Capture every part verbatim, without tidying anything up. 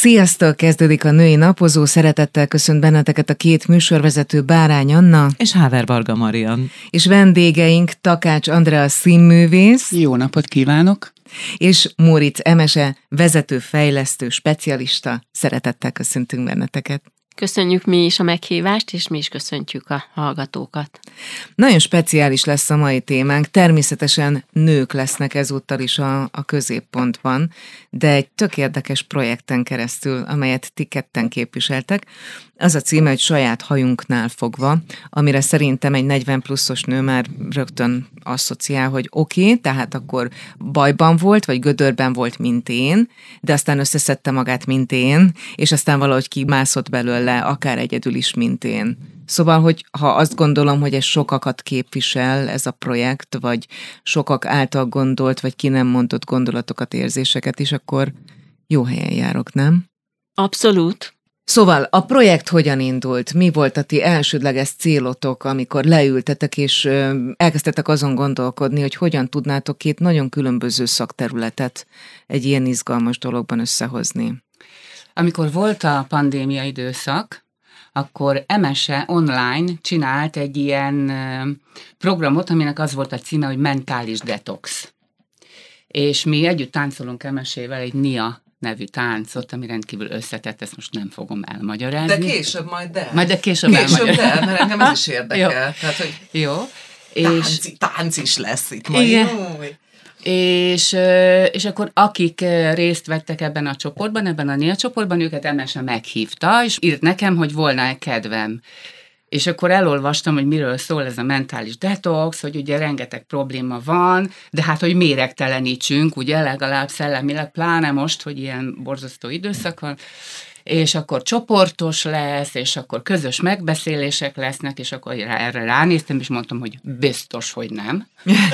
Sziasztok! Kezdődik a Női Napozó. Szeretettel köszönt benneteket a két műsorvezető, Bárány Anna és Háver Varga Marian. És vendégeink Takács Andrea színművész. Jó napot kívánok! És Móricz Emese, vezetőfejlesztő specialista. Szeretettel köszöntünk benneteket. Köszönjük mi is a meghívást, és mi is köszöntjük a hallgatókat. Nagyon speciális lesz a mai témánk, természetesen nők lesznek ezúttal is a, a középpontban, de egy tök érdekes projekten keresztül, amelyet ti ketten képviseltek. Az a címe, hogy Saját hajunknál fogva, amire szerintem egy negyven pluszos nő már rögtön asszociál, hogy oké, okay, tehát akkor bajban volt, vagy gödörben volt, mint én, de aztán összeszedte magát, mint én, és aztán valahogy kimászott belőle, akár egyedül is, mint én. Szóval, hogy ha azt gondolom, hogy ez sokakat képvisel, ez a projekt, vagy sokak által gondolt, vagy ki nem mondott gondolatokat, érzéseket is, akkor jó helyen járok, nem? Abszolút. Szóval a projekt hogyan indult? Mi volt a ti elsődleges célotok, amikor leültetek és elkezdtetek azon gondolkodni, hogy hogyan tudnátok két nagyon különböző szakterületet egy ilyen izgalmas dologban összehozni? Amikor volt a pandémia időszak, akkor Emese online csinált egy ilyen programot, aminek az volt a címe, hogy Mentális Detox. És mi együtt táncolunk Emesével egy Nia nevű táncot, ami rendkívül összetett, ezt most nem fogom elmagyarázni. De később majd de. Majd de később, később elmagyarázom. de, mert engem ez is érdekel. Jó. Tehát, hogy Jó. Tánc, És, tánc is lesz itt majd. Igen. És, és akkor akik részt vettek ebben a csoportban, ebben a Nia csoportban, őket Emese meghívta, és írt nekem, hogy volna-e kedvem. És akkor elolvastam, hogy miről szól ez a mentális detox, hogy ugye rengeteg probléma van, de hát, hogy méregtelenítsünk, ugye legalább szellemileg, pláne most, hogy ilyen borzasztó időszak van, és akkor csoportos lesz, és akkor közös megbeszélések lesznek, és akkor erre ránéztem, és mondtam, hogy biztos, hogy nem.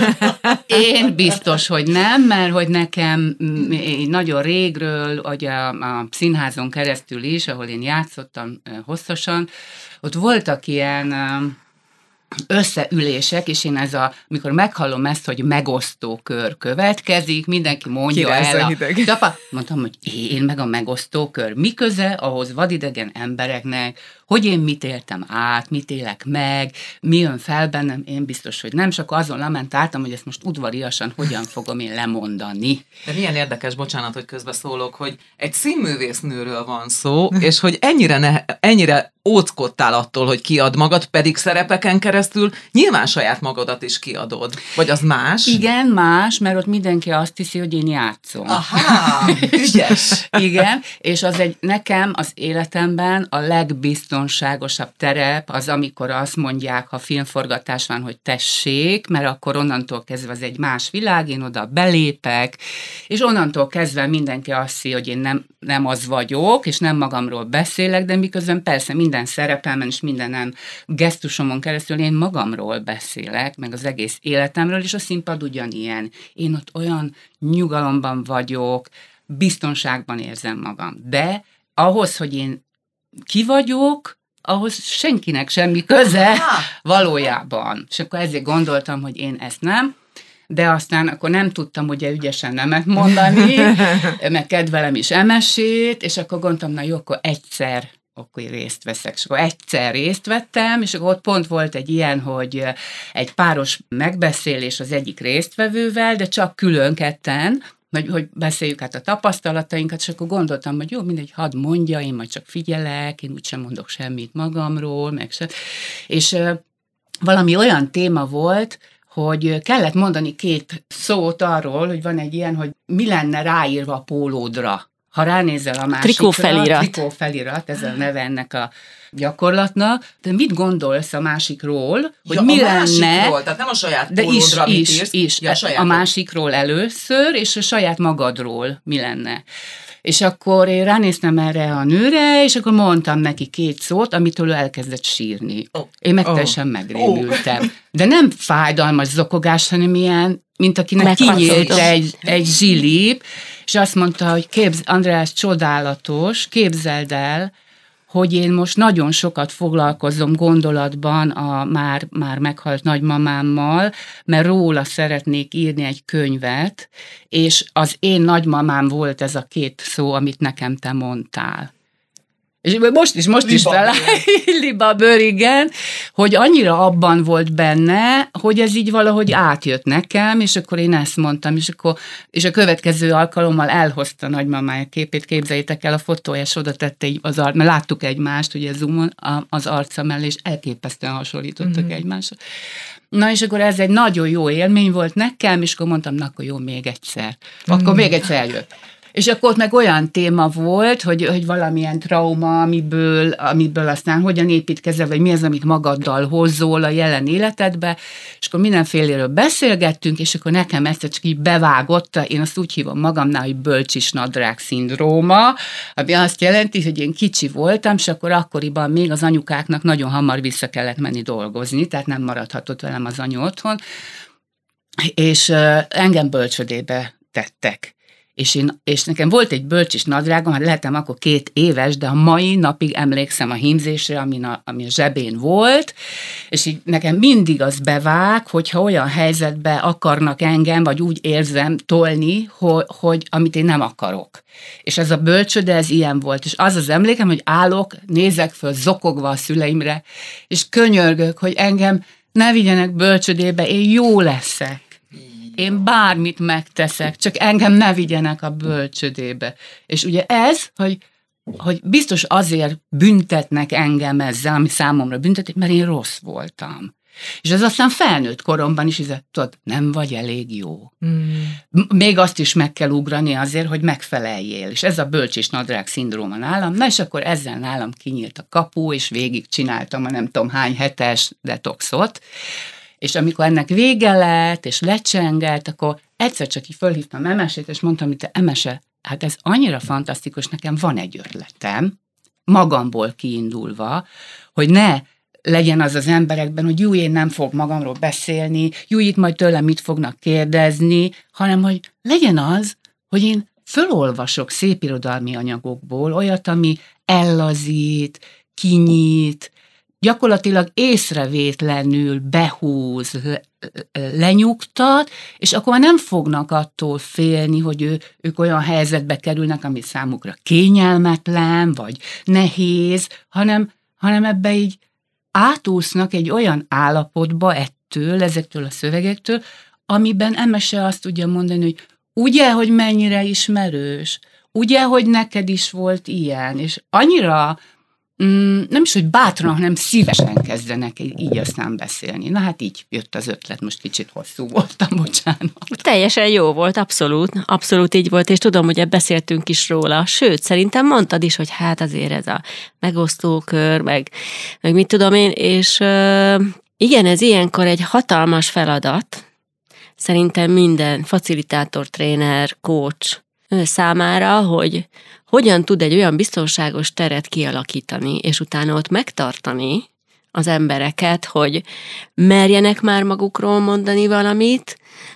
Én biztos, hogy nem, mert hogy nekem nagyon régről, hogy a, a színházon keresztül is, ahol én játszottam hosszasan, ott voltak ilyen összeülések, és én ez a, amikor meghallom ezt, hogy megosztó kör következik, mindenki mondja Kirázza el. hideg. A, apa, mondtam, hogy én meg a megosztó kör. Mi köze ahhoz vadidegen embereknek, hogy én mit éltem át, mit élek meg, mi jön fel bennem, én biztos, hogy nem, és akkor azon lamentáltam, hogy ezt most udvariasan hogyan fogom én lemondani. De milyen érdekes, bocsánat, hogy közbeszólok, hogy egy színművésznőről van szó, és hogy ennyire, ne, ennyire óckodtál attól, hogy kiad magad, pedig szerepeken keresztül nyilván saját magadat is kiadod. Vagy az más? Igen, más, mert ott mindenki azt hiszi, hogy én játszom. Aha, ügyes. Igen, és az egy nekem az életemben a legbiztonságosabb terep az, amikor azt mondják, ha filmforgatás van, hogy tessék, mert akkor onnantól kezdve az egy más világ, én oda belépek, és onnantól kezdve mindenki azt hiszi, hogy én nem, nem az vagyok, és nem magamról beszélek, de miközben persze minden szerepelmen és mindenem gesztusomon keresztül én magamról beszélek, meg az egész életemről, és a színpad ugyanilyen. Én ott olyan nyugalomban vagyok, biztonságban érzem magam. De ahhoz, hogy én ki vagyok, ahhoz senkinek semmi köze valójában. És akkor ezért gondoltam, hogy én ezt nem, de aztán akkor nem tudtam ugye ügyesen nemet mondani, meg kedvelem is Emesét, és akkor gondoltam, na jó, akkor egyszer akkor részt veszek. És akkor egyszer részt vettem, és akkor ott pont volt egy ilyen, hogy egy páros megbeszélés az egyik résztvevővel, de csak külön ketten, hogy, hogy beszéljük át a tapasztalatainkat, és akkor gondoltam, hogy jó, mindegy, hadd mondja, én majd csak figyelek, én úgysem mondok semmit magamról, meg se. És uh, valami olyan téma volt, hogy kellett mondani két szót arról, hogy van egy ilyen, hogy mi lenne ráírva a pólódra. Ha ránézel a másikra, Trikófelirat. Trikófelirat, ez a neve ennek a gyakorlatnak, de mit gondolsz a másikról, hogy ja, mi a lenne... másikról, tehát nem a saját de pólódra, is, mit is, írsz. is, Ja, a, a másikról először, és a saját magadról mi lenne. És akkor én ránéztem erre a nőre, és akkor mondtam neki két szót, amitől ő elkezdett sírni. Oh. Én meg Oh. teljesen megrémültem. De nem fájdalmas zokogás, hanem ilyen, mint akinek kinyílt egy, egy zsilip, és azt mondta, hogy képz, András, csodálatos, képzeld el, hogy én most nagyon sokat foglalkozom gondolatban a már, már meghalt nagymamámmal, mert róla szeretnék írni egy könyvet, és az én nagymamám volt ez a két szó, amit nekem te mondtál. És most is, most is fel, libabőr, igen, hogy annyira abban volt benne, hogy ez így valahogy átjött nekem, és akkor én ezt mondtam, és akkor és a következő alkalommal elhozta nagymamája képét, képzeljétek el, a fotója, és oda tette az arc, mert láttuk egymást, ugye Zoomon, az arca mellé, és elképesztően hasonlítottak mm-hmm. egymásra. Na, és akkor ez egy nagyon jó élmény volt nekem, és akkor mondtam, na, akkor jó, még egyszer. Akkor mm. még egyszer eljött. És akkor ott meg olyan téma volt, hogy, hogy valamilyen trauma, amiből, amiből aztán hogyan építkezel, vagy mi az, amit magaddal hozol a jelen életedbe, és akkor mindenféléről beszélgettünk, és akkor nekem ezt csak így bevágott, én azt úgy hívom magamnál, hogy bölcsis nadrág szindróma, ami azt jelenti, hogy én kicsi voltam, és akkor akkoriban még az anyukáknak nagyon hamar vissza kellett menni dolgozni, tehát nem maradhatott velem az anyu otthon, és uh, engem bölcsödébe tettek. És, én, és nekem volt egy bölcsis nadrágom, hát lehetem akkor két éves, de a mai napig emlékszem a hímzésre, ami a, ami a zsebén volt, és így nekem mindig az bevág, hogyha olyan helyzetbe akarnak engem, vagy úgy érzem tolni, hogy, hogy amit én nem akarok. És ez a bölcsöde, ez ilyen volt. És az az emlékem, hogy állok, nézek föl zokogva a szüleimre, és könyörgök, hogy engem ne vigyenek bölcsödébe, én jó leszek. Én bármit megteszek, csak engem ne vigyenek a bölcsödébe. És ugye ez, hogy, hogy biztos azért büntetnek engem ezzel, ami számomra büntetik, mert én rossz voltam. És ez aztán felnőtt koromban is, hogy tudod, nem vagy elég jó. Mm. Még azt is meg kell ugrani azért, hogy megfeleljél. És ez a bölcsis nadrág szindróma nálam. Na és akkor ezzel nálam kinyílt a kapu, és végig csináltam a nem tudom hány hetes detoxot. És amikor ennek vége lett, és lecsengelt, akkor egyszer csak így fölhívtam Emesét, és mondtam, hogy te Emese, hát ez annyira fantasztikus, nekem van egy ötletem, magamból kiindulva, hogy ne legyen az az emberekben, hogy jó, én nem fog magamról beszélni, jó, itt majd tőlem mit fognak kérdezni, hanem hogy legyen az, hogy én fölolvasok szépirodalmi anyagokból olyat, ami ellazít, kinyit, gyakorlatilag észrevétlenül behúz, lenyugtat, és akkor már nem fognak attól félni, hogy ő, ők olyan helyzetbe kerülnek, ami számukra kényelmetlen, vagy nehéz, hanem, hanem ebbe így átúsznak egy olyan állapotba ettől, ezektől a szövegektől, amiben Emese azt tudja mondani, hogy ugye, hogy mennyire ismerős, ugye, hogy neked is volt ilyen, és annyira Mm, nem is, hogy bátran, hanem szívesen kezdenek így aztán beszélni. Na hát így jött az ötlet, most kicsit hosszú voltam, bocsánat. Teljesen jó volt, abszolút, abszolút így volt, és tudom, hogy beszéltünk is róla, sőt, szerintem mondtad is, hogy hát azért ez a megosztókör, meg, meg mit tudom én, és uh, igen, ez ilyenkor egy hatalmas feladat, szerintem minden facilitátor, tréner, coach számára, hogy hogyan tud egy olyan biztonságos teret kialakítani, és utána ott megtartani az embereket, hogy merjenek már magukról mondani valamit,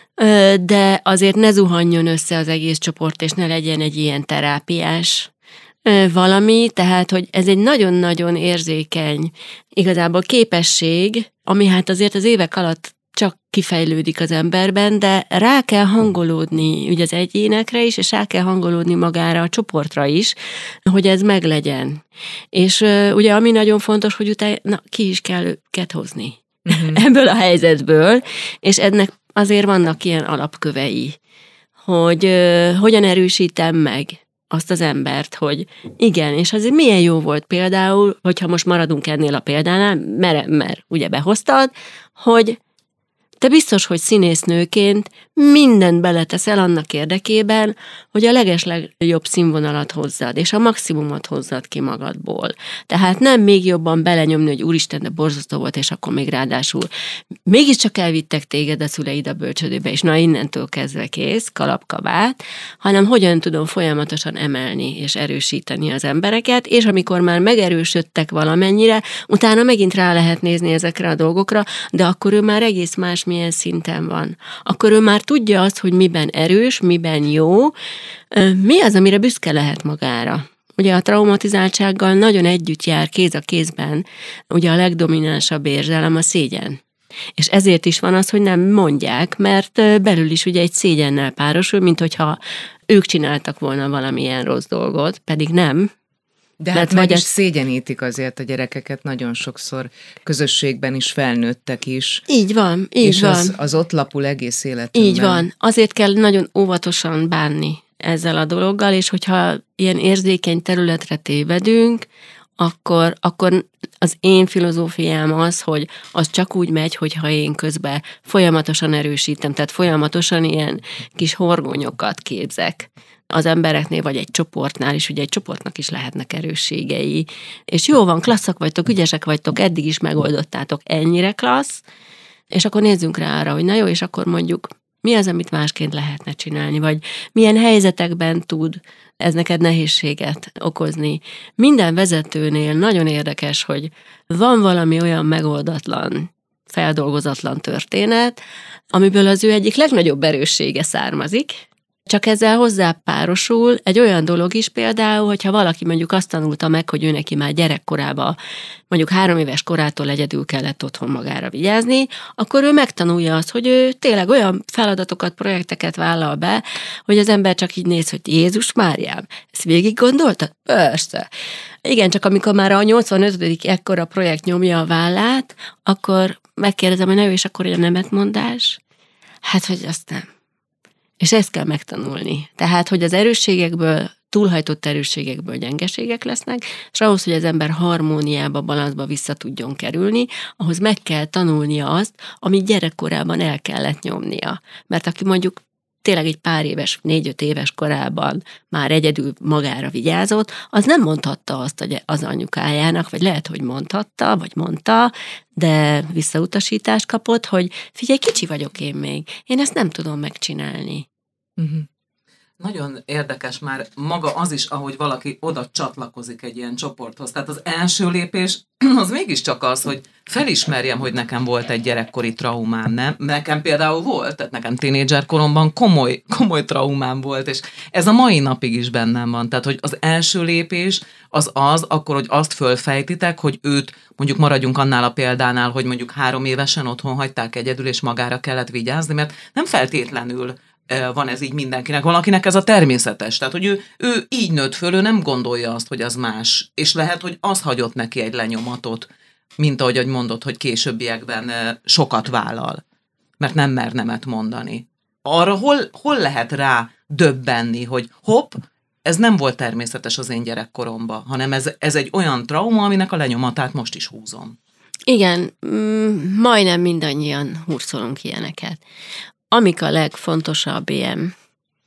de azért ne zuhanjon össze az egész csoport, és ne legyen egy ilyen terápiás valami, tehát, hogy ez egy nagyon-nagyon érzékeny igazából képesség, ami hát azért az évek alatt csak kifejlődik az emberben, de rá kell hangolódni ugye az egyénekre is, és rá kell hangolódni magára a csoportra is, hogy ez meglegyen. És uh, ugye ami nagyon fontos, hogy utána na, ki is kell őket hozni uh-huh. ebből a helyzetből, és ennek azért vannak ilyen alapkövei, hogy uh, hogyan erősítem meg azt az embert, hogy igen, és azért milyen jó volt például, hogyha most maradunk ennél a példánál, mert, mert ugye behoztad, hogy te biztos, hogy színésznőként mindent beleteszel annak érdekében, hogy a legeslegjobb színvonalat hozzad, és a maximumot hozzad ki magadból. Tehát nem még jobban belenyomni, hogy úristen, de borzasztó volt, és akkor még ráadásul mégiscsak elvittek téged a szüleid a bölcsödébe, és na innentől kezdve kész, kalapkabát, hanem hogyan tudom folyamatosan emelni és erősíteni az embereket, és amikor már megerősödtek valamennyire, utána megint rá lehet nézni ezekre a dolgokra, de akkor ő már egész más milyen szinten van. Akkor ő már tudja azt, hogy miben erős, miben jó, mi az, amire büszke lehet magára. ugye a traumatizáltsággal nagyon együtt jár kéz a kézben, ugye a legdominánsabb érzelem a szégyen. És ezért is van az, hogy nem mondják, mert belül is ugye egy szégyennel párosul, mint hogyha ők csináltak volna valamilyen rossz dolgot, pedig nem. De hát meg is szégyenítik azért a gyerekeket nagyon sokszor, közösségben is, felnőttek is. Így van, így és van. És az, az ott lapul egész életünkben. Így van. Azért kell nagyon óvatosan bánni ezzel a dologgal, és hogyha ilyen érzékeny területre tévedünk, akkor, akkor az én filozófiám az, hogy az csak úgy megy, hogyha én közben folyamatosan erősítem, tehát folyamatosan ilyen kis horgonyokat képzek az embereknél, vagy egy csoportnál is, ugye egy csoportnak is lehetnek erősségei, és jó van, klasszak vagytok, ügyesek vagytok, eddig is megoldottátok, ennyire klassz, és akkor nézzünk rá arra, hogy na jó, és akkor mondjuk mi az, amit másként lehetne csinálni, vagy milyen helyzetekben tud ez neked nehézséget okozni. Minden vezetőnél nagyon érdekes, hogy van valami olyan megoldatlan, feldolgozatlan történet, amiből az ő egyik legnagyobb erőssége származik, csak ezzel hozzá párosul egy olyan dolog is például, hogyha valaki mondjuk azt tanulta meg, hogy ő neki már gyerekkorában, mondjuk három éves korától egyedül kellett otthon magára vigyázni, akkor ő megtanulja azt, hogy ő tényleg olyan feladatokat, projekteket vállal be, hogy az ember csak így néz, hogy Jézus Máriám, ezt végig gondoltad? Persze. Igen, csak amikor már a nyolcvanötödik ekkora projekt nyomja a vállát, akkor megkérdezem, hogy ne, és akkor a nemetmondás? Hát, hogy azt nem. És ezt kell megtanulni. Tehát, hogy az erősségekből, túlhajtott erősségekből gyengeségek lesznek, és ahhoz, hogy az ember harmóniába, balanszba vissza tudjon kerülni, ahhoz meg kell tanulnia azt, amit gyerekkorában el kellett nyomnia. Mert aki mondjuk tényleg egy pár éves, négy-öt éves korában már egyedül magára vigyázott, az nem mondhatta azt az anyukájának, vagy lehet, hogy mondhatta, vagy mondta, de visszautasítást kapott, hogy figyelj, kicsi vagyok én még, én ezt nem tudom megcsinálni. Uh-huh. Nagyon érdekes már maga az is, ahogy valaki oda csatlakozik egy ilyen csoporthoz. Tehát az első lépés az mégiscsak az, hogy felismerjem, hogy nekem volt egy gyerekkori traumám, nem? Nekem például volt, tehát nekem tínédzser koromban komoly, komoly traumám volt, és ez a mai napig is bennem van. Tehát, hogy az első lépés az az, akkor, hogy azt fölfejtitek, hogy őt, mondjuk maradjunk annál a példánál, hogy mondjuk három évesen otthon hagyták egyedül, és magára kellett vigyázni, mert nem feltétlenül van ez így mindenkinek, valakinek ez a természetes, tehát hogy ő, ő így nőtt föl, ő nem gondolja azt, hogy az más, és lehet, hogy az hagyott neki egy lenyomatot, mint ahogy mondod, hogy későbbiekben sokat vállal, mert nem mer nemet mondani. Arra hol, hol lehet rá döbbenni, hogy hopp, ez nem volt természetes az én gyerekkoromban, hanem ez, ez egy olyan trauma, aminek a lenyomatát most is húzom. Igen, majdnem mindannyian hurcolunk ilyeneket. Amik a legfontosabb ilyen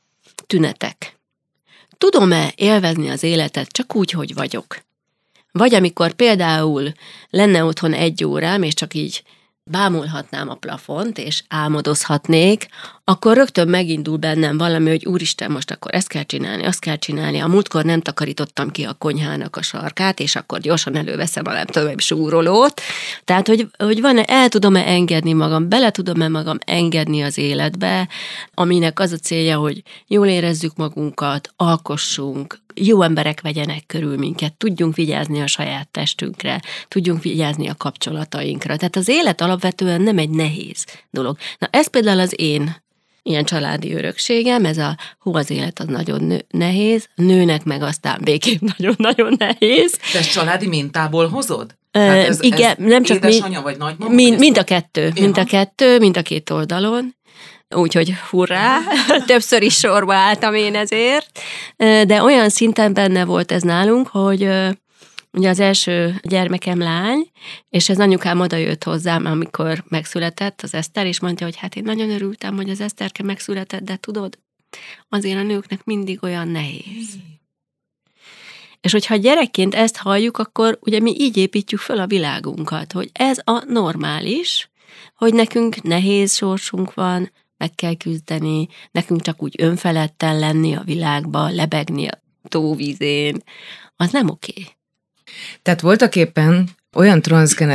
tünetek. Tudom-e élvezni az életet csak úgy, hogy vagyok? Vagy amikor például lenne otthon egy órám, és csak így bámulhatnám a plafont, és álmodozhatnék, akkor rögtön megindul bennem valami, hogy úristen, most akkor ezt kell csinálni, azt kell csinálni. A múltkor nem takarítottam ki a konyhának a sarkát, és akkor gyorsan előveszem a nem tudom, súrolót. Tehát, hogy, hogy van-e, el tudom-e engedni magam, bele tudom-e magam engedni az életbe, aminek az a célja, hogy jól érezzük magunkat, alkossunk, jó emberek vegyenek körül minket, tudjunk vigyázni a saját testünkre, tudjunk vigyázni a kapcsolatainkra. Tehát az élet alapvetően nem egy nehéz dolog. Na ez például az én ilyen családi örökségem, ez a hú, az élet az nagyon nő, nehéz, nőnek meg aztán végképp nagyon-nagyon nehéz. De ezt családi mintából hozod? Hát ez, igen, ez nem csak édesanyja vagy nagymama? Mind, mind a kettő, mind a kettő, mind a két oldalon. Úgyhogy hurrá, többször is sorba álltam én ezért, de olyan szinten benne volt ez nálunk, hogy ugye az első gyermekem lány, és ez anyukám oda jött hozzám, amikor megszületett az Eszter, és mondta, hogy hát én nagyon örültem, hogy az Eszterke megszületett, de tudod, azért a nőknek mindig olyan nehéz. És hogyha gyerekként ezt halljuk, akkor ugye mi így építjük föl a világunkat, hogy ez a normális, hogy nekünk nehéz sorsunk van, meg kell küzdeni, nekünk csak úgy önfeledten lenni a világba, lebegni a tóvízén, az nem oké. Tehát voltak éppen olyan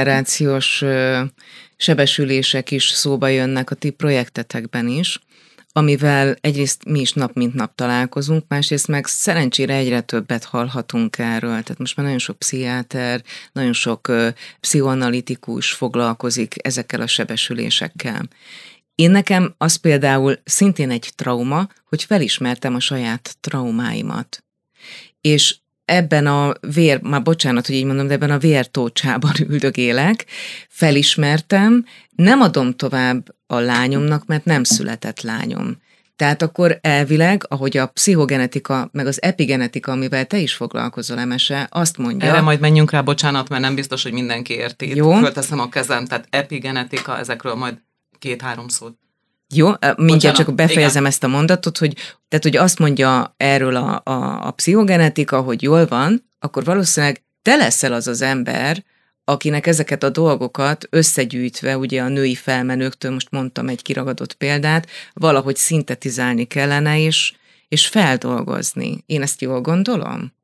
transzgenerációs sebesülések is szóba jönnek a ti projektetekben is, amivel egyrészt mi is nap mint nap találkozunk, másrészt meg szerencsére egyre többet hallhatunk erről. Tehát most már nagyon sok pszichiáter, nagyon sok uh, pszichoanalitikus foglalkozik ezekkel a sebesülésekkel. Én nekem az például szintén egy trauma, hogy felismertem a saját traumáimat. És ebben a vér, már bocsánat, hogy így mondom, de ebben a vértócsában üldögélek, felismertem, nem adom tovább a lányomnak, mert nem született lányom. Tehát akkor elvileg, ahogy a pszichogenetika, meg az epigenetika, amivel te is foglalkozol, Emese, azt mondja... Erre majd menjünk rá, bocsánat, mert nem biztos, hogy mindenki érti. Jó. Fölteszem a kezem, tehát epigenetika, ezekről majd két-három szót. Jó, mindjárt Bocsánat, csak befejezem igen. ezt a mondatot, hogy, tehát, hogy azt mondja erről a, a, a pszichogenetika, hogy jól van, akkor valószínűleg te leszel az az ember, akinek ezeket a dolgokat összegyűjtve, ugye a női felmenőktől, most mondtam egy kiragadott példát, valahogy szintetizálni kellene, és, és feldolgozni. Én ezt jól gondolom?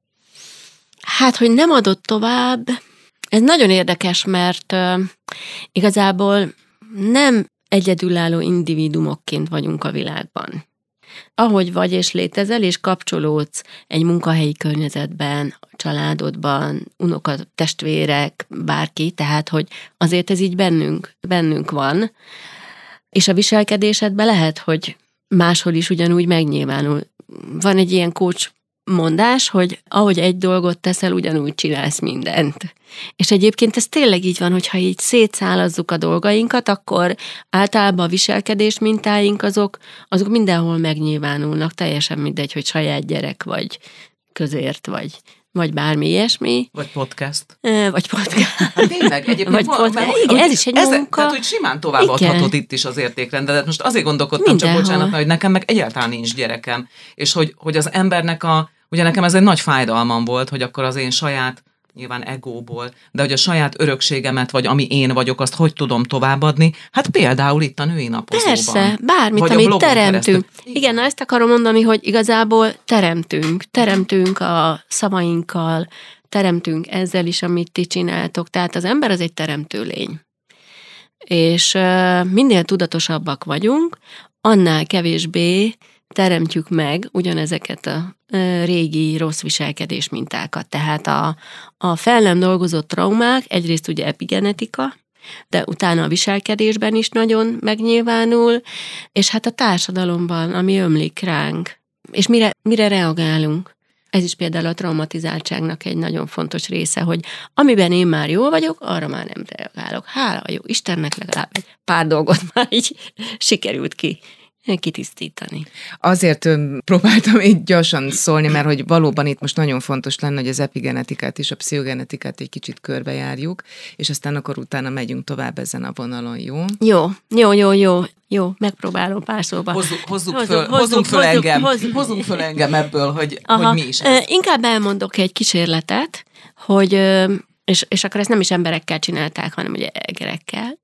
Hát, hogy nem adott tovább, ez nagyon érdekes, mert uh, igazából nem egyedülálló individuumokként vagyunk a világban. Ahogy vagy és létezel, és kapcsolódsz egy munkahelyi környezetben, a családodban, unokat, testvérek, bárki, tehát, hogy azért ez így bennünk, bennünk van, és a viselkedésedben lehet, hogy máshol is ugyanúgy megnyilvánul. Van egy ilyen coach mondás, hogy ahogy egy dolgot teszel, ugyanúgy csinálsz mindent. És egyébként ez tényleg így van, hogyha így szétszálazzuk a dolgainkat, akkor általában a viselkedés mintáink azok, azok mindenhol megnyilvánulnak, teljesen mindegy, hogy saját gyerek, vagy közért, vagy, vagy bármi ilyesmi. Vagy podcast. Vagy podcast. Hát tényleg, egyébként Vagy van, podcast. mert, Igen, ez is egy ez, munka. Tehát, hogy simán továbbadhatod itt is az értékrendelet. Most azért gondolkodtam, Mindenhol. csak bocsánat, mert hogy nekem meg egyáltalán nincs gyerekem. És hogy, hogy az embernek a, ugye nekem ez egy nagy fájdalmam volt, hogy akkor az én saját, nyilván egóból, de hogy a saját örökségemet, vagy ami én vagyok, azt hogy tudom továbbadni, hát például itt a női napozóban. Persze, bármit, Vagy a amit blogon teremtünk. keresztül. Igen, na ezt akarom mondani, hogy igazából teremtünk. Teremtünk a szavainkkal, teremtünk ezzel is, amit ti csináltok. Tehát az ember az egy teremtő lény. És uh, minél tudatosabbak vagyunk, annál kevésbé teremtjük meg ugyanezeket a uh, régi rossz viselkedés mintákat. Tehát a, a fel nem dolgozott traumák egyrészt ugye epigenetika, de utána a viselkedésben is nagyon megnyilvánul, és hát a társadalomban, ami ömlik ránk. És mire, mire reagálunk? Ez is például a traumatizáltságnak egy nagyon fontos része, hogy amiben én már jól vagyok, arra már nem reagálok. Hála a jó Istennek, legalább egy pár dolgot már így sikerült ki kitisztítani. Azért öm, próbáltam így gyorsan szólni, mert hogy valóban itt most nagyon fontos lenne, hogy az epigenetikát és a pszichogenetikát egy kicsit körbejárjuk, és aztán akkor utána megyünk tovább ezen a vonalon, jó? Jó, jó, jó, jó, jó, megpróbálom pár szóba. Hozzuk, hozzuk Hozzuk, föl, hozzuk, hozzunk föl hozzuk, engem, hozzuk. hozzunk föl engem ebből, hogy, Aha, hogy mi is ez. Inkább elmondok egy kísérletet, hogy, és, és akkor ezt nem is emberekkel csinálták, hanem ugye egerekkel,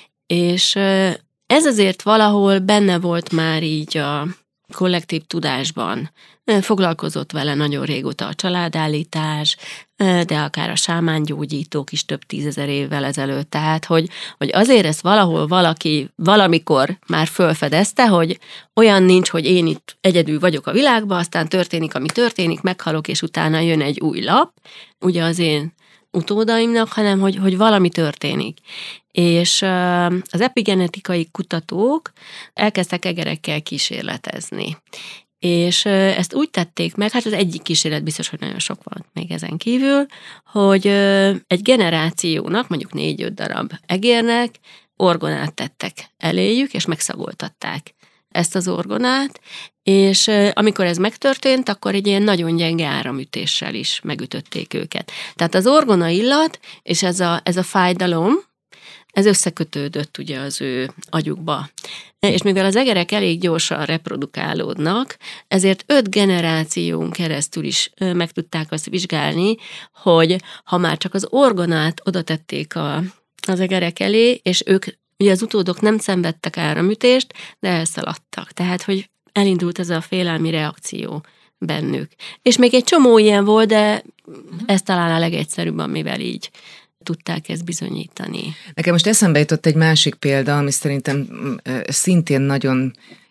és ez azért valahol benne volt már így a kollektív tudásban. Foglalkozott vele nagyon régóta a családállítás, de akár a sámángyógyítók is több tízezer évvel ezelőtt. Tehát, hogy, hogy azért ezt valahol valaki valamikor már felfedezte, hogy olyan nincs, hogy én itt egyedül vagyok a világban, aztán történik, ami történik, meghalok, és utána jön egy új lap, ugye az én utódaimnak, hanem hogy, hogy valami történik. És az epigenetikai kutatók elkezdtek egerekkel kísérletezni. És ezt úgy tették meg, hát az egyik kísérlet biztos, hogy nagyon sok van még ezen kívül, hogy egy generációnak, mondjuk négy-öt darab egérnek orgonát tettek eléjük, és megszagoltatták ezt az orgonát, és amikor ez megtörtént, akkor egy ilyen nagyon gyenge áramütéssel is megütötték őket. Tehát az orgona illat, és ez a, ez a fájdalom, ez összekötődött ugye az ő agyukba. És mivel az egerek elég gyorsan reprodukálódnak, ezért öt generáción keresztül is meg tudták azt vizsgálni, hogy ha már csak az orgonát oda tették a, az egerek elé, és ők, ugye az utódok nem szenvedtek áramütést, de elszaladtak. Tehát, hogy elindult ez a félelmi reakció bennük. És még egy csomó ilyen volt, de ez talán a legegyszerűbb, amivel így tudták ezt bizonyítani. Nekem most eszembe jutott egy másik példa, ami szerintem szintén nagyon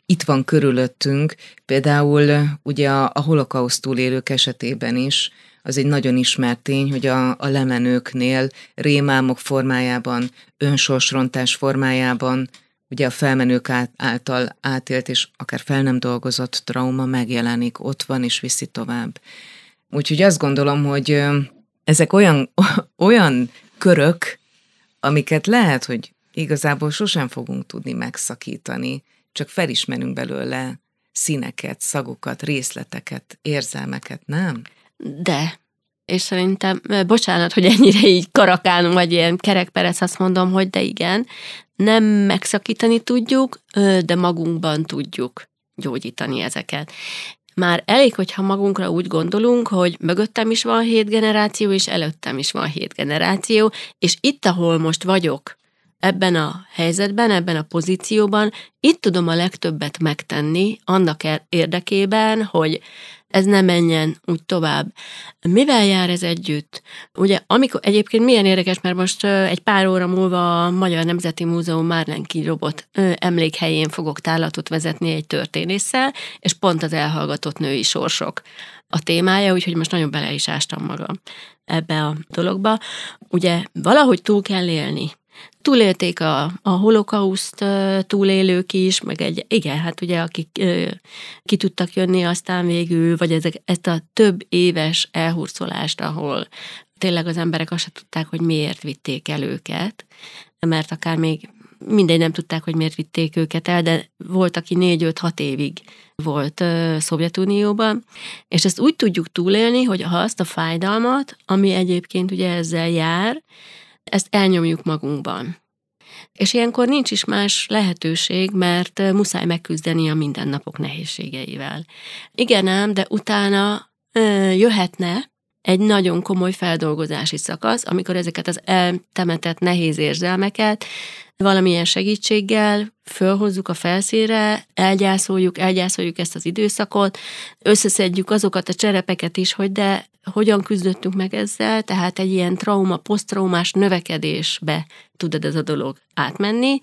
itt van körülöttünk, például ugye a, a holokauszt túlélők esetében is, az egy nagyon ismert tény, hogy a, a lemenőknél rémálmok formájában, önsorsrontás formájában, ugye a felmenők által átélt és akár fel nem dolgozott trauma megjelenik, ott van és viszi tovább. Úgyhogy azt gondolom, hogy ezek olyan, olyan körök, amiket lehet, hogy igazából sosem fogunk tudni megszakítani, csak felismerünk belőle színeket, szagokat, részleteket, érzelmeket, nem? De, és szerintem, bocsánat, hogy ennyire így karakálom, vagy ilyen kerekperec, azt mondom, hogy de igen, nem megszakítani tudjuk, de magunkban tudjuk gyógyítani ezeket. Már elég, hogyha magunkra úgy gondolunk, hogy mögöttem is van hét generáció, és előttem is van hét generáció, és itt, ahol most vagyok, ebben a helyzetben, ebben a pozícióban, itt tudom a legtöbbet megtenni annak érdekében, hogy ez ne menjen úgy tovább. Mivel jár ez együtt? Ugye, amikor egyébként milyen érdekes, mert most egy pár óra múlva a Magyar Nemzeti Múzeum Márlenki robot emlékhelyén fogok tárlatot vezetni egy történésszel, és pont az elhallgatott női sorsok a témája, úgyhogy most nagyon bele is ástam magam ebbe a dologba. Ugye valahogy túl kell élni. Túlélték a, a holokauszt túlélők is, meg egy, igen, hát ugye akik ö, ki tudtak jönni aztán végül, vagy ezek, ezt a több éves elhurcolást, ahol tényleg az emberek azt sem tudták, hogy miért vitték el őket, mert akár még mindegy nem tudták, hogy miért vitték őket el, de volt, aki négy-öt-hat évig volt ö, Szovjetunióban, és ezt úgy tudjuk túlélni, hogy ha azt a fájdalmat, ami egyébként ugye ezzel jár, ezt elnyomjuk magunkban. És ilyenkor nincs is más lehetőség, mert muszáj megküzdeni a mindennapok nehézségeivel. Igen ám, de utána ö, jöhetne egy nagyon komoly feldolgozási szakasz, amikor ezeket az eltemetett nehéz érzelmeket valamilyen segítséggel fölhozzuk a felszínre, elgyászoljuk, elgyászoljuk ezt az időszakot, összeszedjük azokat a cserepeket is, hogy de hogyan küzdöttünk meg ezzel, tehát egy ilyen trauma, posztraumás növekedésbe tudod ez a dolog átmenni,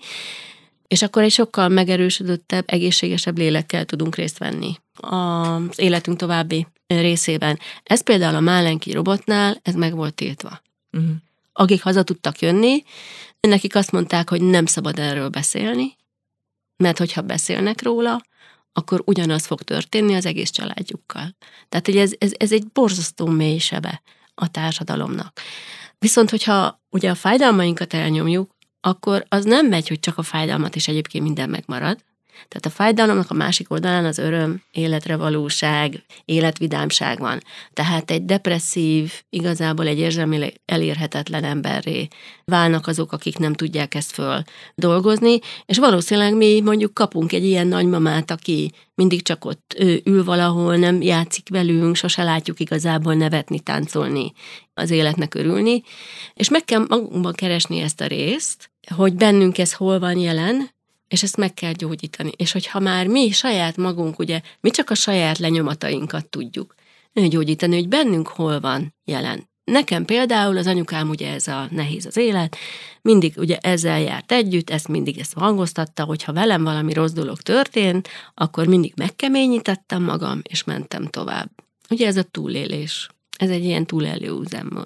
és akkor egy sokkal megerősödöttebb, egészségesebb lélekkel tudunk részt venni az életünk további részében. Ez például a Márlenki robotnál, ez meg volt tiltva. Uh-huh. Akik haza tudtak jönni, nekik azt mondták, hogy nem szabad erről beszélni, mert hogyha beszélnek róla, akkor ugyanaz fog történni az egész családjukkal. Tehát, hogy ez, ez, ez egy borzasztó mély sebe a társadalomnak. Viszont, hogyha ugye a fájdalmainkat elnyomjuk, akkor az nem megy, hogy csak a fájdalmat, és egyébként minden megmarad. Tehát a fájdalomnak a másik oldalán az öröm, életre valóság, életvidámság van. Tehát egy depresszív, igazából egy érzelmileg elérhetetlen emberré válnak azok, akik nem tudják ezt föl dolgozni, és valószínűleg mi mondjuk kapunk egy ilyen nagymamát, aki mindig csak ott ül valahol, nem játszik velünk, sose látjuk igazából nevetni, táncolni, az életnek örülni, és meg kell magunkban keresni ezt a részt, hogy bennünk ez hol van jelen, és ezt meg kell gyógyítani. És hogyha már mi saját magunk, ugye, mi csak a saját lenyomatainkat tudjuk gyógyítani, hogy bennünk hol van jelen. Nekem például az anyukám, ugye ez a nehéz az élet, mindig ugye ezzel járt együtt, ezt mindig ezt hangoztatta, hogyha velem valami rossz dolog történt, akkor mindig megkeményítettem magam, és mentem tovább. Ugye ez a túlélés, ez egy ilyen túlélő üzemmód.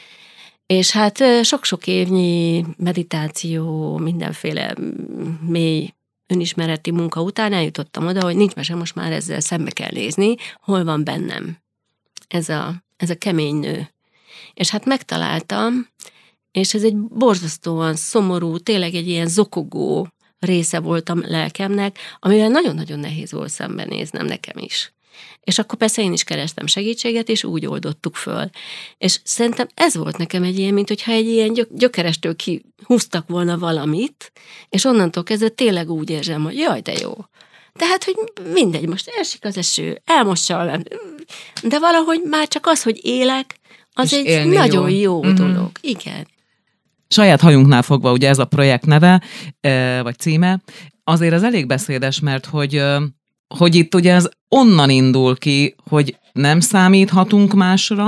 És hát sok-sok évnyi meditáció, mindenféle mély önismereti munka után eljutottam oda, hogy nincs mese, most már ezzel szembe kell nézni, hol van bennem ez a, ez a kemény nő. És hát megtaláltam, és ez egy borzasztóan szomorú, tényleg egy ilyen zokogó része volt a lelkemnek, amivel nagyon-nagyon nehéz volt szembenéznem nekem is. És akkor persze én is kerestem segítséget, és úgy oldottuk föl. És szerintem ez volt nekem egy ilyen, mint hogyha egy ilyen gyök, gyökerestől kihúztak volna valamit, és onnantól kezdve tényleg úgy érzem, hogy jaj, de jó. Tehát, hogy mindegy, most esik az eső, elmossa a de valahogy már csak az, hogy élek, az és egy nagyon jó, jó mm-hmm. dolog. Igen. Saját hajunknál fogva, ugye ez a projekt neve, vagy címe, azért az elég beszédes, mert hogy hogy itt ugye ez onnan indul ki, hogy nem számíthatunk másra,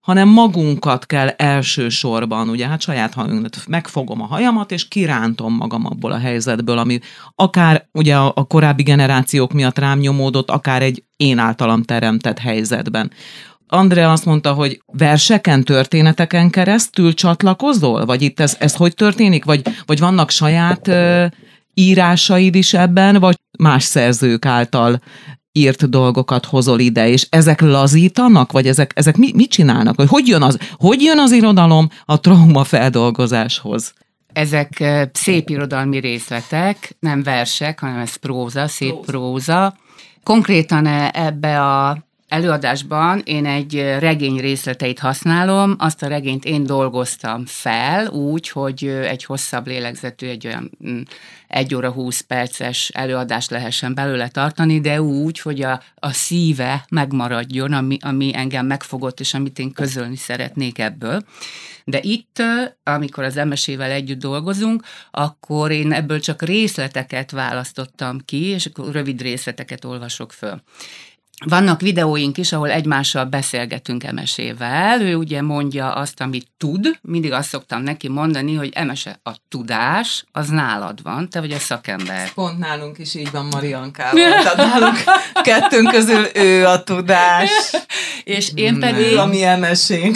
hanem magunkat kell elsősorban, ugye hát saját hajunkat, megfogom a hajamat, és kirántom magam abból a helyzetből, ami akár ugye a, a korábbi generációk miatt rám nyomódott, akár egy én általam teremtett helyzetben. Andrea azt mondta, hogy verseken, történeteken keresztül csatlakozol? Vagy itt ez, ez hogy történik? Vagy, vagy vannak saját uh, írásaid is ebben, vagy más szerzők által írt dolgokat hozol ide, és ezek lazítanak, vagy ezek, ezek mi, mit csinálnak? Hogy, hogy, jön az, hogy jön az irodalom a trauma feldolgozáshoz? Ezek szép irodalmi részletek, nem versek, hanem ez próza, szép próza. Konkrétan ebbe a előadásban én egy regény részleteit használom, azt a regényt én dolgoztam fel úgy, hogy egy hosszabb lélegzetű, egy olyan egy óra húsz perces előadást lehessen belőle tartani, de úgy, hogy a, a szíve megmaradjon, ami, ami engem megfogott, és amit én közölni szeretnék ebből. De itt, amikor az em es é-vel együtt dolgozunk, akkor én ebből csak részleteket választottam ki, és akkor rövid részleteket olvasok föl. Vannak videóink is, ahol egymással beszélgetünk em es é-vel, ő ugye mondja azt, amit tud, mindig azt szoktam neki mondani, hogy em es é, a tudás, az nálad van, te vagy a szakember. Pont nálunk is így van Mariankával, tehát nálunk kettőnk közül ő a tudás. És én pedig... a mi em es é-nk.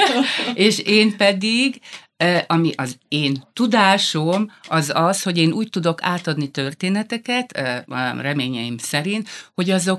És én pedig... ami az én tudásom, az az, hogy én úgy tudok átadni történeteket, reményeim szerint, hogy azok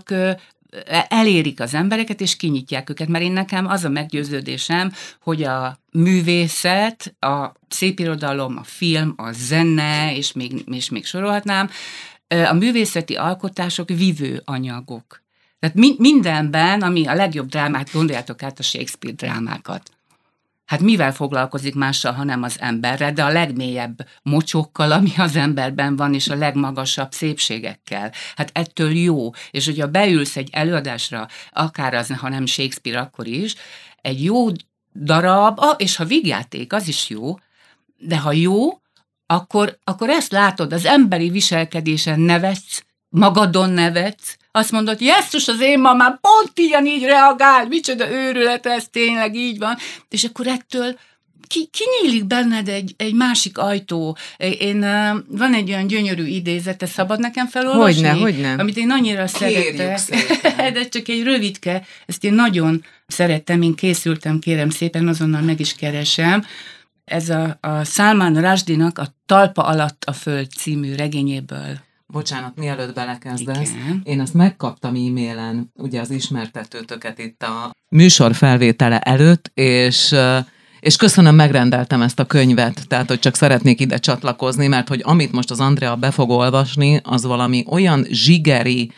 elérik az embereket, és kinyitják őket, mert én nekem az a meggyőződésem, hogy a művészet, a szépirodalom, a film, a zene, és még, és még sorolhatnám, a művészeti alkotások vívő anyagok. Tehát mi, mindenben, ami a legjobb drámát, gondoljátok át a Shakespeare drámákat. Hát mivel foglalkozik mással, hanem az emberrel, de a legmélyebb mocsokkal, ami az emberben van, és a legmagasabb szépségekkel. Hát ettől jó. És hogyha beülsz egy előadásra, akár az, ha nem Shakespeare, akkor is, egy jó darab, és ha vígjáték, az is jó, de ha jó, akkor, akkor ezt látod, az emberi viselkedésen nevetsz, magadon nevetsz, azt mondod, jesszus, az én mamám pont így reagál, micsoda őrület, ez tényleg így van, és akkor ettől ki, kinyílik benned egy, egy másik ajtó. Én, van egy olyan gyönyörű idézet, ez szabad nekem felolvasni? Hogyne, hogyne. Amit én annyira szeretek, de csak egy rövidke, ezt én nagyon szerettem, én készültem, kérem szépen, azonnal meg is keresem. Ez a, a Salman Rushdie-nak a Talpa alatt a föld című regényéből. Bocsánat, mielőtt belekezdesz, Igen. én ezt megkaptam e-mailen, ugye az ismertetőtöket itt a műsor felvétele előtt, és, és köszönöm, megrendeltem ezt a könyvet, tehát hogy csak szeretnék ide csatlakozni, mert hogy amit most az Andrea be fog olvasni, az valami olyan zsigeri,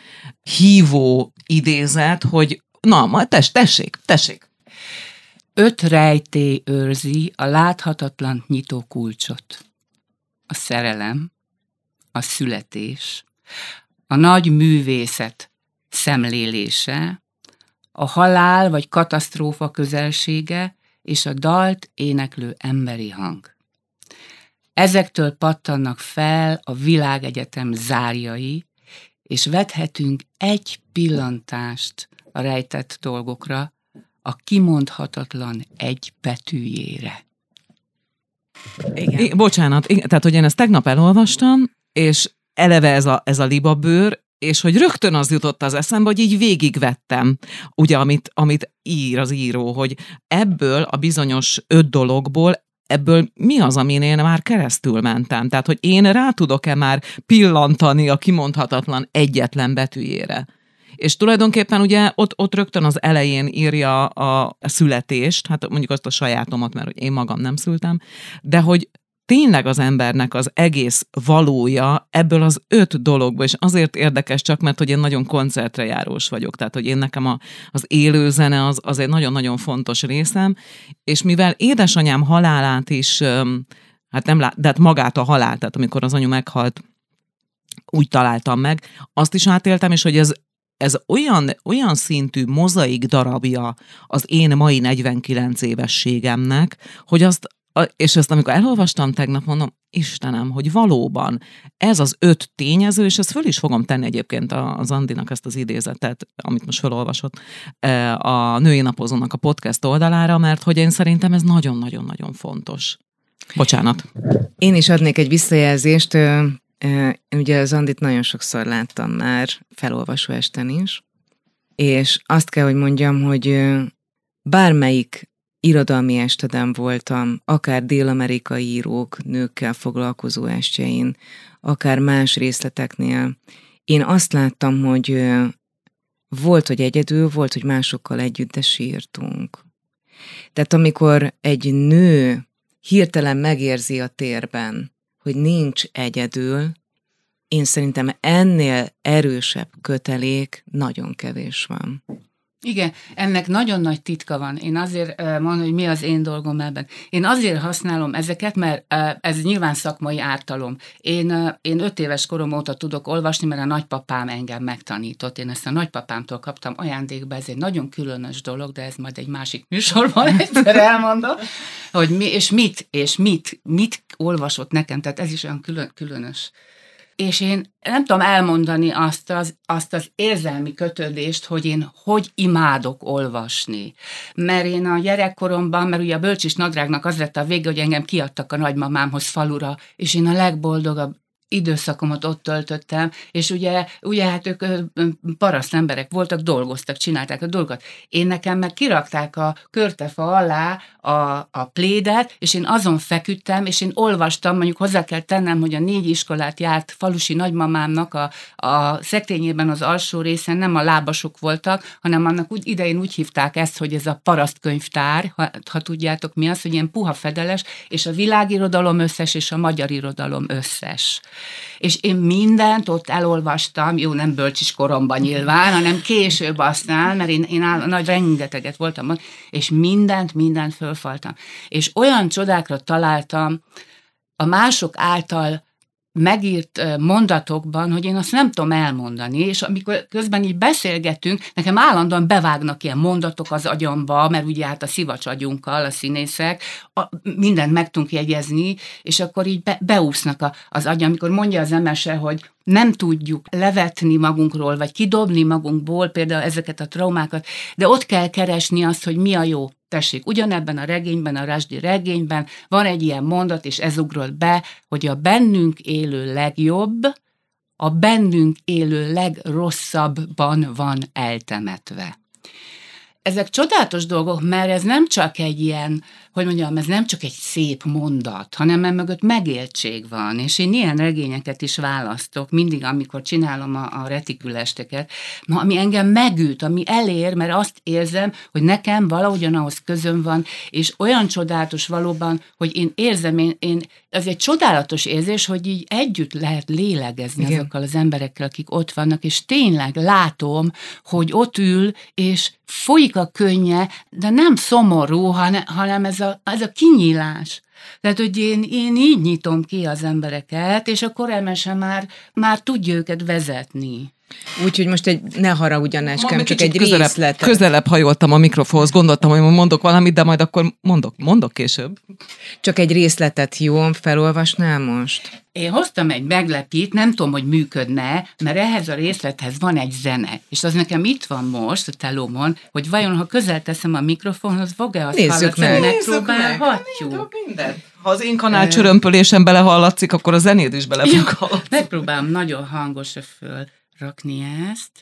hívó idézet, hogy na, majd tess, tessék, tessék. Öt rejtély őrzi a láthatatlan nyitó kulcsot. A szerelem, a születés, a nagy művészet szemlélése, a halál vagy katasztrófa közelsége és a dalt éneklő emberi hang. Ezektől pattannak fel a világegyetem zárjai, és vethetünk egy pillantást a rejtett dolgokra, a kimondhatatlan egy betűjére. Igen. É, bocsánat, igen, tehát hogy én ezt tegnap elolvastam, és eleve ez a, ez a libabőr, és hogy rögtön az jutott az eszembe, hogy így végigvettem, ugye, amit, amit ír az író, hogy ebből a bizonyos öt dologból, ebből mi az, amin én már keresztül mentem? Tehát, hogy én rá tudok-e már pillantani a kimondhatatlan egyetlen betűjére? És tulajdonképpen ugye ott, ott rögtön az elején írja a születést, hát mondjuk azt a sajátomat, mert hogy én magam nem szültem, de hogy tényleg az embernek az egész valója ebből az öt dologból, és azért érdekes csak, mert hogy én nagyon koncertre járós vagyok, tehát hogy én nekem a, az élőzene az, az egy nagyon-nagyon fontos részem, és mivel édesanyám halálát is, hát nem lát, de hát magát a halált, tehát amikor az anyu meghalt, úgy találtam meg, azt is átéltem, és hogy ez Ez olyan, olyan szintű mozaik darabja az én mai negyvenkilenc évességemnek, hogy azt, és ezt amikor elolvastam tegnap, mondom, Istenem, hogy valóban ez az öt tényező, és ezt föl is fogom tenni egyébként az Andinak ezt az idézetet, amit most felolvasott a Női Napozónak a podcast oldalára, mert hogy én szerintem ez nagyon-nagyon-nagyon fontos. Bocsánat. Én is adnék egy visszajelzést. Ugye az Andit nagyon sokszor láttam már felolvasó esten is, és azt kell, hogy mondjam, hogy bármelyik irodalmi esteden voltam, akár dél-amerikai írók, nőkkel foglalkozó estjein, akár más részleteknél, én azt láttam, hogy volt, hogy egyedül, volt, hogy másokkal együtt, de sírtunk. Tehát amikor egy nő hirtelen megérzi a térben, hogy nincs egyedül, én szerintem ennél erősebb kötelék nagyon kevés van. Igen, ennek nagyon nagy titka van. Én azért mondom, hogy mi az én dolgom ebben. Én azért használom ezeket, mert ez nyilván szakmai ártalom. Én, én öt éves korom óta tudok olvasni, mert a nagypapám engem megtanított. Én ezt a nagypapámtól kaptam ajándékba, ez egy nagyon különös dolog, de ez majd egy másik műsorban egyszer elmondom, hogy mi, és mit, és mit, mit olvasott nekem, tehát ez is olyan külön, különös. És én nem tudom elmondani azt az, azt az érzelmi kötődést, hogy én hogy imádok olvasni. Mert én a gyerekkoromban, mert ugye a Bölcsis Nadrágnak az lett a vége, hogy engem kiadtak a nagymamámhoz falura, és én a legboldogabb időszakomat ott töltöttem, és ugye, ugye hát ők paraszt emberek voltak, dolgoztak, csinálták a dolgokat. Én nekem meg kirakták a körtefa alá a, a plédet, és én azon feküdtem, és én olvastam, mondjuk hozzá kell tennem, hogy a négy iskolát járt falusi nagymamámnak a, a szekrényében az alsó részen nem a lábasok voltak, hanem annak úgy, idején úgy hívták ezt, hogy ez a parasztkönyvtár, ha, ha tudjátok mi az, hogy ilyen puha fedeles, és a világirodalom összes, és a magyar irodalom összes. És én mindent ott elolvastam, jó, nem bölcsis koromban nyilván, hanem később aztán, mert én, én áll, nagy rengeteget voltam, és mindent, mindent fölfaltam. És olyan csodákra találtam a mások által megírt mondatokban, hogy én azt nem tudom elmondani, és amikor közben így beszélgetünk, nekem állandóan bevágnak ilyen mondatok az agyamba, mert ugye hát a szivacs agyunkkal a színészek, a, mindent meg tudunk jegyezni, és akkor így be, beúsznak a, az agyam, amikor mondja az emese, hogy nem tudjuk levetni magunkról, vagy kidobni magunkból például ezeket a traumákat, de ott kell keresni azt, hogy mi a jó. Tessék, ugyanebben a regényben, a Rushdie regényben van egy ilyen mondat, és ez ugrott be, hogy a bennünk élő legjobb, a bennünk élő legrosszabban van eltemetve. Ezek csodálatos dolgok, mert ez nem csak egy ilyen, hogy mondjam, ez nem csak egy szép mondat, hanem emögött megéltség van, és én ilyen regényeket is választok, mindig, amikor csinálom a, a retikülesteket, ami engem megüt, ami elér, mert azt érzem, hogy nekem valahogyan ahhoz közöm van, és olyan csodálatos valóban, hogy én érzem, én, én, ez egy csodálatos érzés, hogy így együtt lehet lélegezni Igen. azokkal az emberekkel, akik ott vannak, és tényleg látom, hogy ott ül, és folyik a könnye, de nem szomorú, hanem, hanem ez, a, ez a kinyílás. Tehát, hogy én, én így nyitom ki az embereket, és akkor emese már, már tudja őket vezetni. Úgyhogy most egy, ne haragudjan, Eském, csak egy közelebb, részlet. Közelebb hajoltam a mikrofonhoz, gondoltam, hogy mondok valamit, de majd akkor mondok, mondok később. Csak egy részletet jó, felolvasnál most? Én hoztam egy meglepít, nem tudom, hogy működne, mert ehhez a részlethez van egy zene, és az nekem itt van most a telómon, hogy vajon, ha közel teszem a mikrofonhoz, fog-e azt hallatszani, megpróbálhatjuk. Ha az én kanál csörömpölésen belehallatszik, akkor a zenéd is bele fog hallatszni. Megpróbálom nagyon hangosra fölrakni ezt.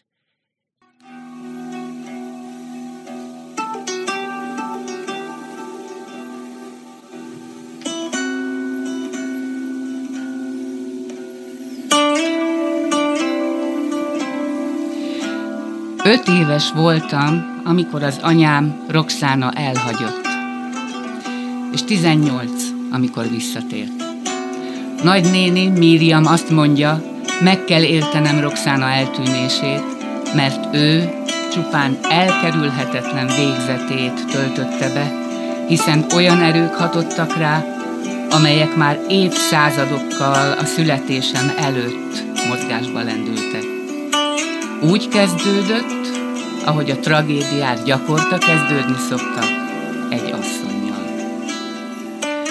Öt éves voltam, amikor az anyám Roxana elhagyott, és tizennyolc, amikor visszatért. Nagynéni Miriam azt mondja, meg kell értenem Roxana eltűnését, mert ő csupán elkerülhetetlen végzetét töltötte be, hiszen olyan erők hatottak rá, amelyek már évszázadokkal a születésem előtt mozgásba lendültek. Úgy kezdődött, ahogy a tragédiák gyakorta kezdődni szoktak, egy asszonnyal. A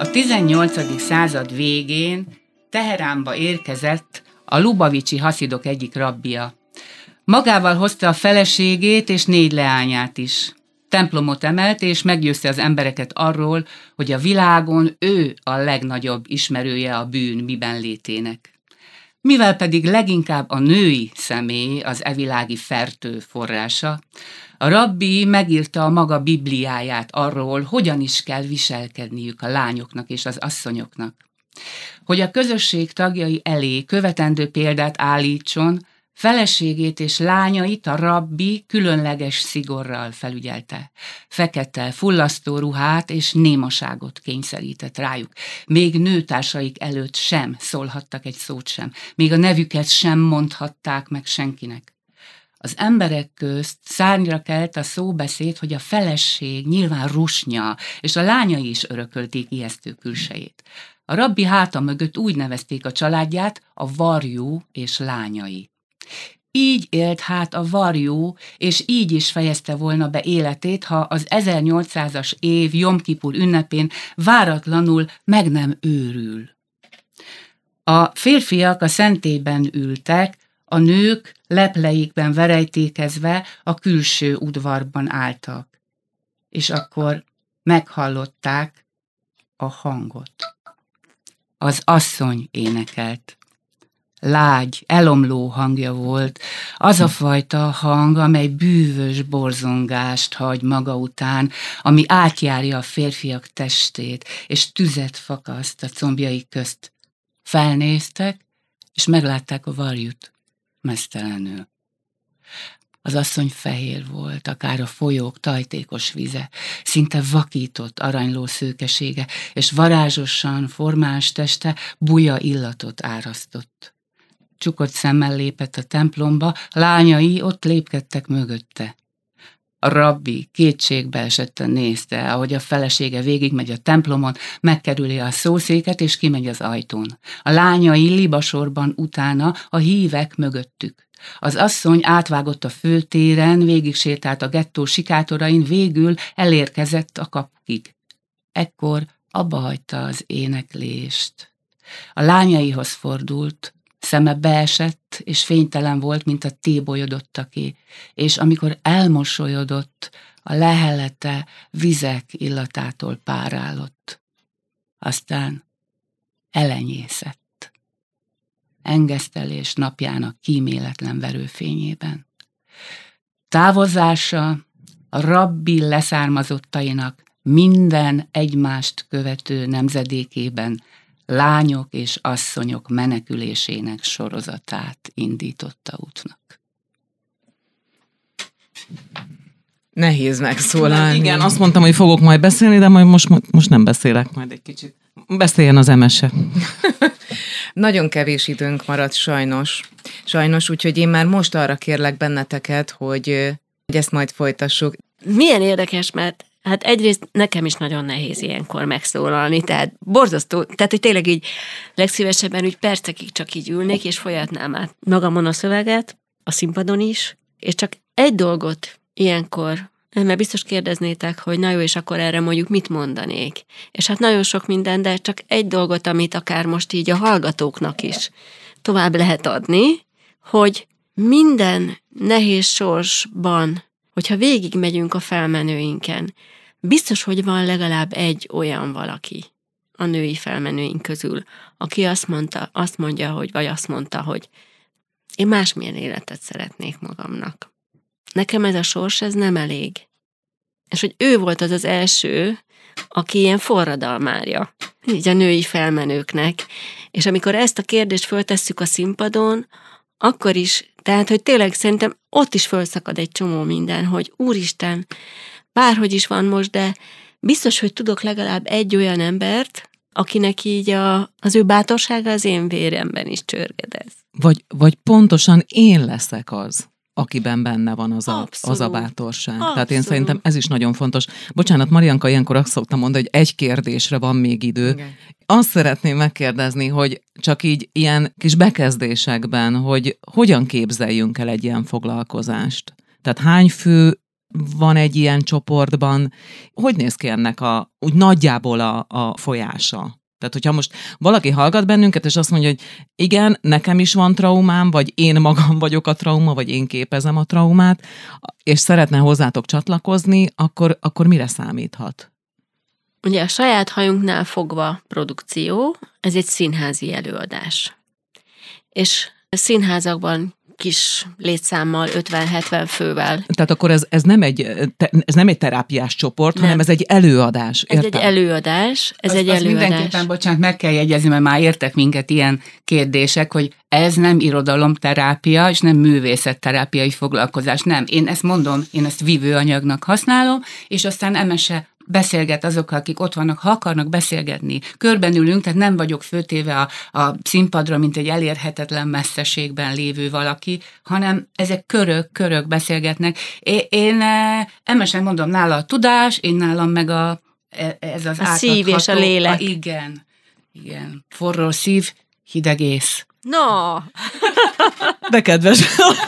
A tizennyolcadik század végén Teheránba érkezett a lubavicsi haszidok egyik rabbija. Magával hozta a feleségét és négy leányát is. Templomot emelt, és meggyőzte az embereket arról, hogy a világon ő a legnagyobb ismerője a bűn miben létének. Mivel pedig leginkább a női személy az evilági fertő forrása, a rabbi megírta a maga bibliáját arról, hogyan is kell viselkedniük a lányoknak és az asszonyoknak. Hogy a közösség tagjai elé követendő példát állítson, feleségét és lányait a rabbi különleges szigorral felügyelte. Fekete, fullasztó ruhát és némaságot kényszerített rájuk. Még nőtársaik előtt sem szólhattak egy szót sem. Még a nevüket sem mondhatták meg senkinek. Az emberek közt szárnyra kelt a szóbeszéd, hogy a feleség nyilván rusnya, és a lányai is örökölték ijesztő külsejét. A rabbi háta mögött úgy nevezték a családját, a varjú és lányai. Így élt hát a varjú, és így is fejezte volna be életét, ha az ezernyolcszázas év Jom Kipur ünnepén váratlanul meg nem őrül. A férfiak a szentélyben ültek, a nők lepleikben verejtékezve a külső udvarban álltak. És akkor meghallották a hangot. Az asszony énekelt. Lágy, elomló hangja volt, az a fajta hang, amely bűvös borzongást hagy maga után, ami átjárja a férfiak testét, és tüzet fakaszt a combjai közt. Felnéztek, és meglátták a varjút, meztelenül. Az asszony fehér volt, akár a folyók tajtékos vize, szinte vakított aranyló szőkesége, és varázsosan formás teste buja illatot árasztott. Csukott szemmel lépett a templomba, lányai ott lépkedtek mögötte. A rabbi kétségbe esetten nézte, ahogy a felesége végigmegy a templomon, megkerüli a szószéket és kimegy az ajtón. A lányai libasorban utána, a hívek mögöttük. Az asszony átvágott a főtéren, végig sétált a gettó sikátorain, végül elérkezett a kapukig. Ekkor abba hagyta az éneklést. A lányaihoz fordult, szeme beesett, és fénytelen volt, mint a tébolyodottaké, és amikor elmosolyodott, a lehelete vizek illatától párálott. Aztán elenyészett. Engesztelés napjának kíméletlen verőfényében. Távozása a rabbi leszármazottainak minden egymást követő nemzedékében lányok és asszonyok menekülésének sorozatát indította útnak. Nehéz megszólalni. Igen, azt mondtam, hogy fogok majd beszélni, de majd most, most nem beszélek, majd egy kicsit. Beszéljen az emese. Nagyon kevés időnk maradt sajnos. Sajnos, úgyhogy én már most arra kérlek benneteket, hogy, hogy ezt majd folytassuk. Milyen érdekes, mert hát egyrészt nekem is nagyon nehéz ilyenkor megszólalni, tehát borzasztó, tehát hogy tényleg így legszívesebben úgy percekig csak így ülnék, és folyatnám át magamon a szöveget, a színpadon is, és csak egy dolgot ilyenkor, mert biztos kérdeznétek, hogy na jó, és akkor erre mondjuk mit mondanék. És hát nagyon sok minden, de csak egy dolgot, amit akár most így a hallgatóknak is tovább lehet adni, hogy minden nehéz sorsban, hogyha végigmegyünk a felmenőinken, biztos, hogy van legalább egy olyan valaki a női felmenőink közül, aki azt mondta, azt mondja, hogy, vagy azt mondta, hogy én másmilyen életet szeretnék magamnak. Nekem ez a sors, ez nem elég. És hogy ő volt az az első, aki ilyen forradalmárja, így a női felmenőknek. És amikor ezt a kérdést föltesszük a színpadon, akkor is, tehát, hogy tényleg szerintem ott is fölszakad egy csomó minden, hogy úristen, bárhogy is van most, de biztos, hogy tudok legalább egy olyan embert, akinek így a, az ő bátorsága az én véremben is csörgedez. Vagy, vagy pontosan én leszek az, akiben benne van az a, az a bátorság. Abszolút. Tehát én szerintem ez is nagyon fontos. Bocsánat, Marianka, ilyenkor azt szoktam mondani, hogy egy kérdésre van még idő. Igen. Azt szeretném megkérdezni, hogy csak így ilyen kis bekezdésekben, hogy hogyan képzeljünk el egy ilyen foglalkozást. Tehát hány fő van egy ilyen csoportban. Hogy néz ki ennek a, úgy nagyjából a, a folyása? Tehát, hogyha most valaki hallgat bennünket, és azt mondja, hogy igen, nekem is van traumám, vagy én magam vagyok a trauma, vagy én képezem a traumát, és szeretne hozzátok csatlakozni, akkor, akkor mire számíthat? Ugye a saját hajunknál fogva produkció, ez egy színházi előadás. És a színházakban kis létszámmal, ötven-hetven fővel. Tehát akkor ez, ez, nem, egy, ez nem egy terápiás csoport, nem. hanem ez egy előadás. Értem? Ez egy előadás. Ez az, egy az előadás. Mindenképpen, bocsánat, meg kell jegyezni, mert már értek minket ilyen kérdések, hogy ez nem irodalomterápia, és nem művészetterápiai foglalkozás. Nem, én ezt mondom, én ezt vívőanyagnak használom, és aztán Emese beszélget azokkal, akik ott vannak, ha akarnak beszélgetni. Körben ülünk, tehát nem vagyok főtéve a, a színpadra, mint egy elérhetetlen messzeségben lévő valaki, hanem ezek körök, körök beszélgetnek. Én, én Emesen mondom, nála a tudás, én nálam meg a, ez az a szív és a lélek. A, igen, igen. Forró szív, hideg ész. No! De kedves!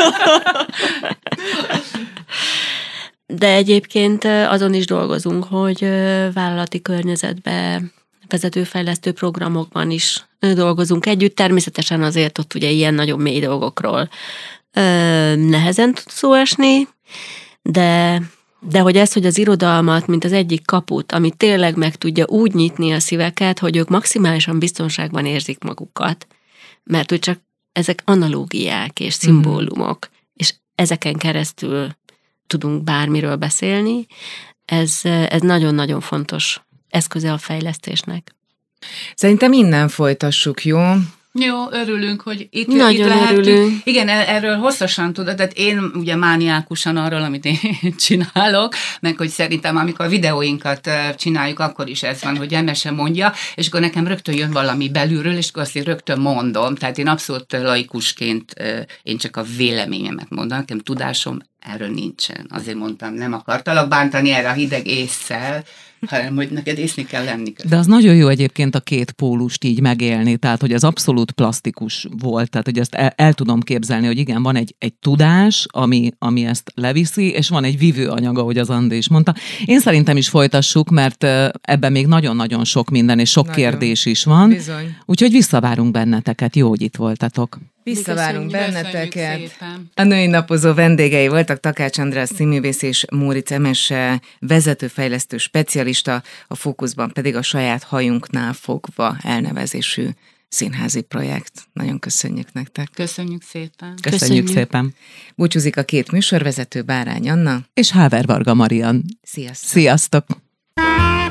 De egyébként azon is dolgozunk, hogy vállalati környezetben, vezetőfejlesztő programokban is dolgozunk együtt. Természetesen azért ott ugye ilyen nagyon mély dolgokról nehezen tud szó esni, de, de hogy ez, hogy az irodalmat, mint az egyik kaput, ami tényleg meg tudja úgy nyitni a szíveket, hogy ők maximálisan biztonságban érzik magukat, mert hogy csak ezek analógiák és szimbólumok, mm. és ezeken keresztül tudunk bármiről beszélni, ez, ez nagyon-nagyon fontos eszköze a fejlesztésnek. Szerintem innen folytassuk, jó? Jó, örülünk, hogy itt, Nagyon itt lehetünk. örülünk. Igen, erről hosszasan tudod, tehát én ugye mániákusan arról, amit én csinálok, meg hogy szerintem amikor a videóinkat csináljuk, akkor is ez van, hogy Emese mondja, és akkor nekem rögtön jön valami belülről, és akkor azt én rögtön mondom. Tehát én abszolút laikusként én csak a véleményemet mondom, nekem tudásom erről nincsen. Azért mondtam, nem akartalak bántani erre a hideg ésszel, hanem hogy neked észni kell lenni. De az nagyon jó egyébként a két pólust így megélni, tehát hogy az abszolút plastikus volt, tehát hogy ezt el, el tudom képzelni, hogy igen, van egy, egy tudás, ami, ami ezt leviszi, és van egy vívőanyag, ahogy az Andi is mondta. Én szerintem is folytassuk, mert ebben még nagyon-nagyon sok minden, és sok nagyon. kérdés is van. Bizony. Úgyhogy visszavárunk benneteket, jó, hogy itt voltatok. Visszavárunk benneteket. A női napozó vendégei voltak Takács András színművész és Móricz Emese vezetőfejlesztő specialista, a fókuszban pedig a saját hajunknál fogva elnevezésű színházi projekt. Nagyon köszönjük nektek. Köszönjük szépen. Köszönjük, köszönjük szépen. Búcsúzik a két műsorvezető, Bárány Anna és Háver Varga Marian. Sziasztok. Sziasztok.